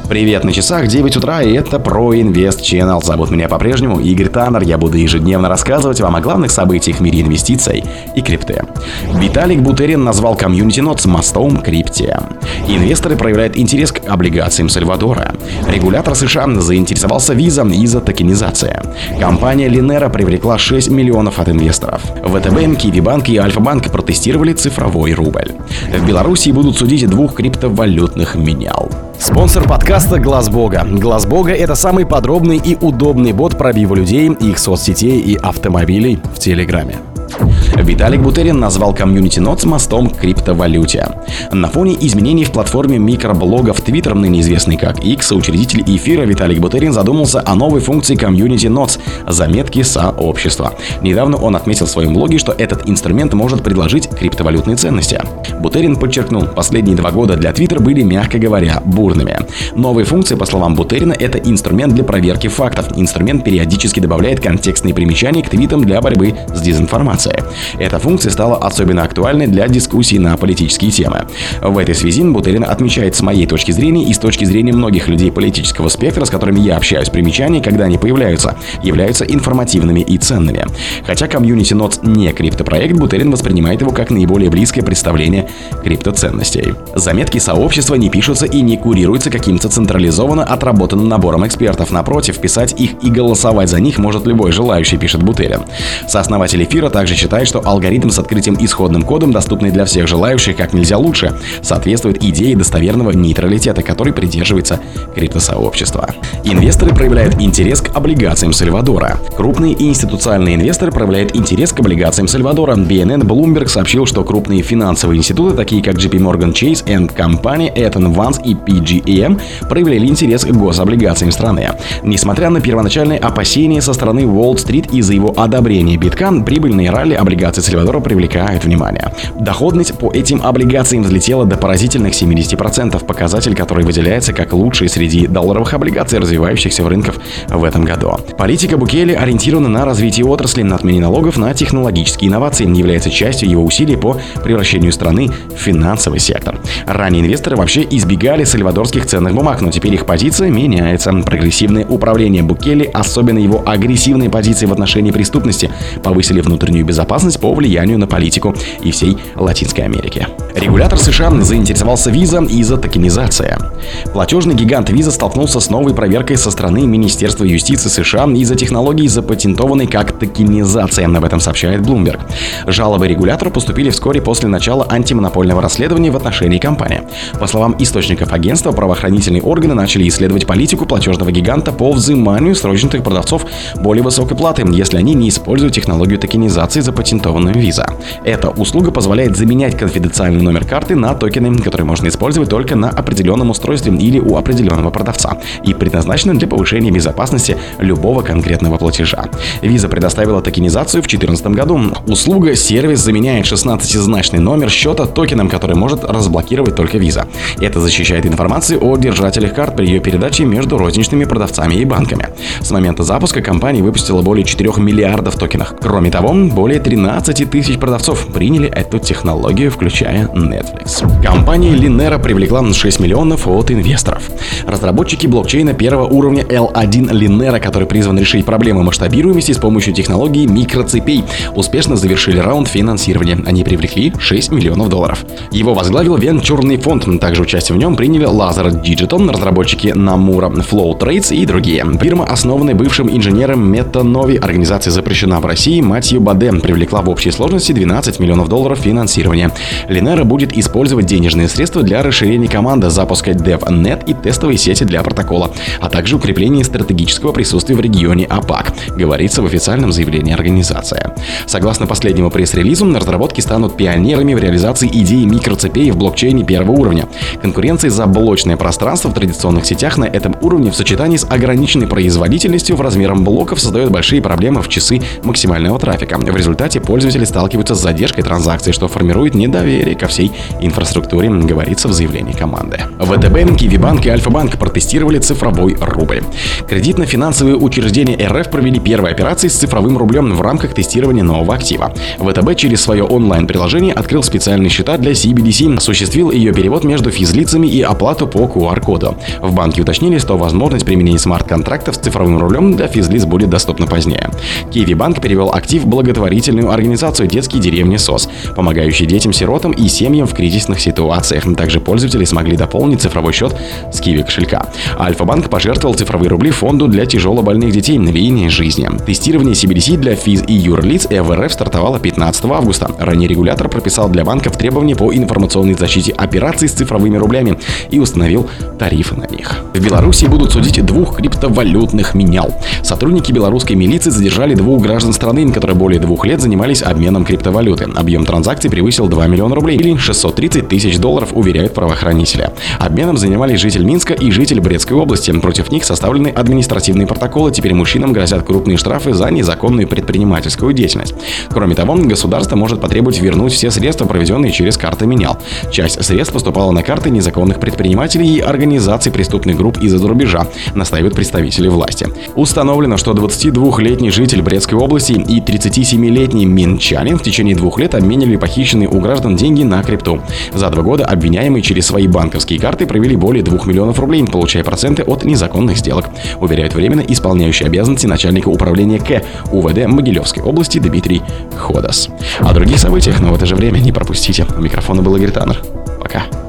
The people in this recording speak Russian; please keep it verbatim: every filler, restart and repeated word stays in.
Привет, на часах девять утра, и это ProInvest Channel. Зовут меня по-прежнему Игорь Таннер. Я буду ежедневно рассказывать вам о главных событиях в мире инвестиций и крипты. Виталик Бутерин назвал комьюнити нодс мостом к крипте. Инвесторы проявляют интерес к облигациям Сальвадора. Регулятор США заинтересовался Visa из-за токенизации. Компания Линера привлекла шесть миллионов от инвесторов. ВТБ, Киевбанк и Альфа-банк протестировали цифровой рубль. В Беларуси будут судить двух криптовалютных менял. Спонсор подкаста Глаз Бога. Глаз Бога — это самый подробный и удобный бот пробива людей, их соцсетей и автомобилей в Телеграме. Виталик Бутерин назвал комьюнити нодс мостом к криптовалюте. На фоне изменений в платформе микроблогов Twitter, ныне известный как X, учредитель эфира Виталик Бутерин задумался о новой функции комьюнити нодс – заметки сообщества. Недавно он отметил в своем блоге, что этот инструмент может предложить криптовалютные ценности. Бутерин подчеркнул, последние два года для Twitter были, мягко говоря, бурными. Новые функции, по словам Бутерина, это инструмент для проверки фактов. Инструмент периодически добавляет контекстные примечания к твитам для борьбы с дезинформацией. Эта функция стала особенно актуальной для дискуссий на политические темы. В этой связи Бутерин отмечает, с моей точки зрения и с точки зрения многих людей политического спектра, с которыми я общаюсь, примечания, когда они появляются, являются информативными и ценными. Хотя комьюнити нодс не криптопроект, Бутерин воспринимает его как наиболее близкое представление криптоценностей. Заметки сообщества не пишутся и не курируются каким-то централизованно отработанным набором экспертов. Напротив, писать их и голосовать за них может любой желающий, пишет Бутерин. Сооснователь эфира также считает, что алгоритм с открытым исходным кодом, доступный для всех желающих как нельзя лучше, соответствует идее достоверного нейтралитета, который придерживается криптосообщества. Инвесторы проявляют интерес к облигациям Сальвадора. Крупные и институциональные инвесторы проявляют интерес к облигациям Сальвадора. би эн эн Bloomberg сообщил, что крупные финансовые институты, такие как джей пи Morgan Chase and Company, Eaton Vance и пи джи эм, проявляли интерес к гособлигациям страны. Несмотря на первоначальные опасения со стороны Уолл-стрит из-за его одобрения битка, прибыльные ралли облигаций Сальвадора привлекают внимание. Доходность по этим облигациям взлетела до поразительных семьдесят процентов, показатель, который выделяется как лучший среди долларовых облигаций, развивающихся в рынках в этом году. Политика Букеле ориентирована на развитие отрасли, на отмене налогов на технологические инновации, является частью его усилий по превращению страны в финансовый сектор. Ранее инвесторы вообще избегали сальвадорских ценных бумаг, но теперь их позиция меняется. Прогрессивное управление Букеле, особенно его агрессивные позиции в отношении преступности, повысили внутреннюю безопасность по влиянию на политику и всей Латинской Америки. Регулятор США заинтересовался Visa из-за токенизации. Платежный гигант Visa столкнулся с новой проверкой со стороны Министерства юстиции США из-за технологии, запатентованной как токенизация. Об этом сообщает Bloomberg. Жалобы регулятору поступили вскоре после начала антимонопольного расследования в отношении компании. По словам источников агентства, правоохранительные органы начали исследовать политику платежного гиганта по взиманию с розничных продавцов более высокой платы, если они не используют технологию токенизации, запатентованную Visa. Эта услуга позволяет заменять конфиденциальный номер карты на токены, которые можно использовать только на определенном устройстве или у определенного продавца, и предназначена для повышения безопасности любого конкретного платежа. Visa предоставила токенизацию в две тысячи четырнадцатом году. Услуга-сервис заменяет шестнадцатизначный номер счета токеном, который может разблокировать только Visa. Это защищает информацию о держателях карт при ее передаче между розничными продавцами и банками. С момента запуска компания выпустила более четырёх миллиардов токенов. Кроме того, более тринадцати тысяч продавцов приняли эту технологию, включая Netflix. Компания Линера привлекла шесть миллионов от инвесторов. Разработчики блокчейна первого уровня эл один Линера, который призван решить проблемы масштабируемости с помощью технологии микроцепей, успешно завершили раунд финансирования. Они привлекли шесть миллионов долларов. Его возглавил венчурный фонд. Также участие в нем приняли Lazar Digital, разработчики Namura, Flow Trades и другие. Фирма, основанная бывшим инженером Metanovi, организация запрещена в России, Матью Баде, привлекла в общей сложности двенадцать миллионов долларов финансирования. Линера будет использовать денежные средства для расширения команды, запуска DevNet и тестовой сети для протокола, а также укрепления стратегического присутствия в регионе ОПАК, говорится в официальном заявлении организации. Согласно последнему пресс-релизу, разработки станут пионерами в реализации идеи микроцепей в блокчейне первого уровня. Конкуренция за блочное пространство в традиционных сетях на этом уровне в сочетании с ограниченной производительностью в размером блоков создает большие проблемы в часы максимального трафика. В результате пользователи сталкиваются с задержкой транзакций, что формирует недоверие ко всей инфраструктуре, говорится в заявлении команды. ВТБ, Киевбанк и Альфа-банк протестировали цифровой рубль. Кредитно-финансовые учреждения РФ провели первые операции с цифровым рублем в рамках тестирования нового актива. ВТБ через свое онлайн-приложение открыл специальные счета для си би ди си, осуществил ее перевод между физлицами и оплату по ку ар-коду. В банке уточнили, что возможность применения смарт-контрактов с цифровым рублем для физлиц будет доступна позднее. Киевбанк перевел актив в благотворительную организацию «Детские деревни СОС», помогающие детям-сиротам и семьям в кризисных ситуациях. Также пользователи смогли дополнить цифровой счет с Киви кошелька. Альфа-банк пожертвовал цифровые рубли фонду для тяжелобольных детей на веяние жизни. Тестирование си би ди си для физ и юрлиц в РФ стартовало пятнадцатого августа. Ранее регулятор прописал для банков требования по информационной защите операций с цифровыми рублями и установил тарифы на них. В Беларуси будут судить двух криптовалютных менял. Сотрудники белорусской милиции задержали двух граждан страны, которые более двух лет занимались обменом криптовалюты. Объем транзакций превысил два миллиона рублей или шестьсот тридцать тысяч долларов, уверяют правоохранители. Обменом занимались житель Минска и житель Брестской области. Против них составлены административные протоколы. Теперь мужчинам грозят крупные штрафы за незаконную предпринимательскую деятельность. Кроме того, государство может потребовать вернуть все средства, проведенные через карты менял. Часть средств поступала на карты незаконных предпринимателей и организаций преступных групп из-за рубежа, настаивают представители власти. Установлено, что двадцатидвухлетний житель Брестской области и тридцатисемилетний минчанин в течение двух лет обменивали похищенные у граждан деньги на крипту. За два года обвиняемые через свои банковские карты провели более двух миллионов рублей, получая проценты от незаконных сделок, уверяет временно исполняющий обязанности начальника управления К УВД Могилевской области Дмитрий Ходас. О других событиях, но в это же время не пропустите. У микрофона был Игорь Таннер. Пока.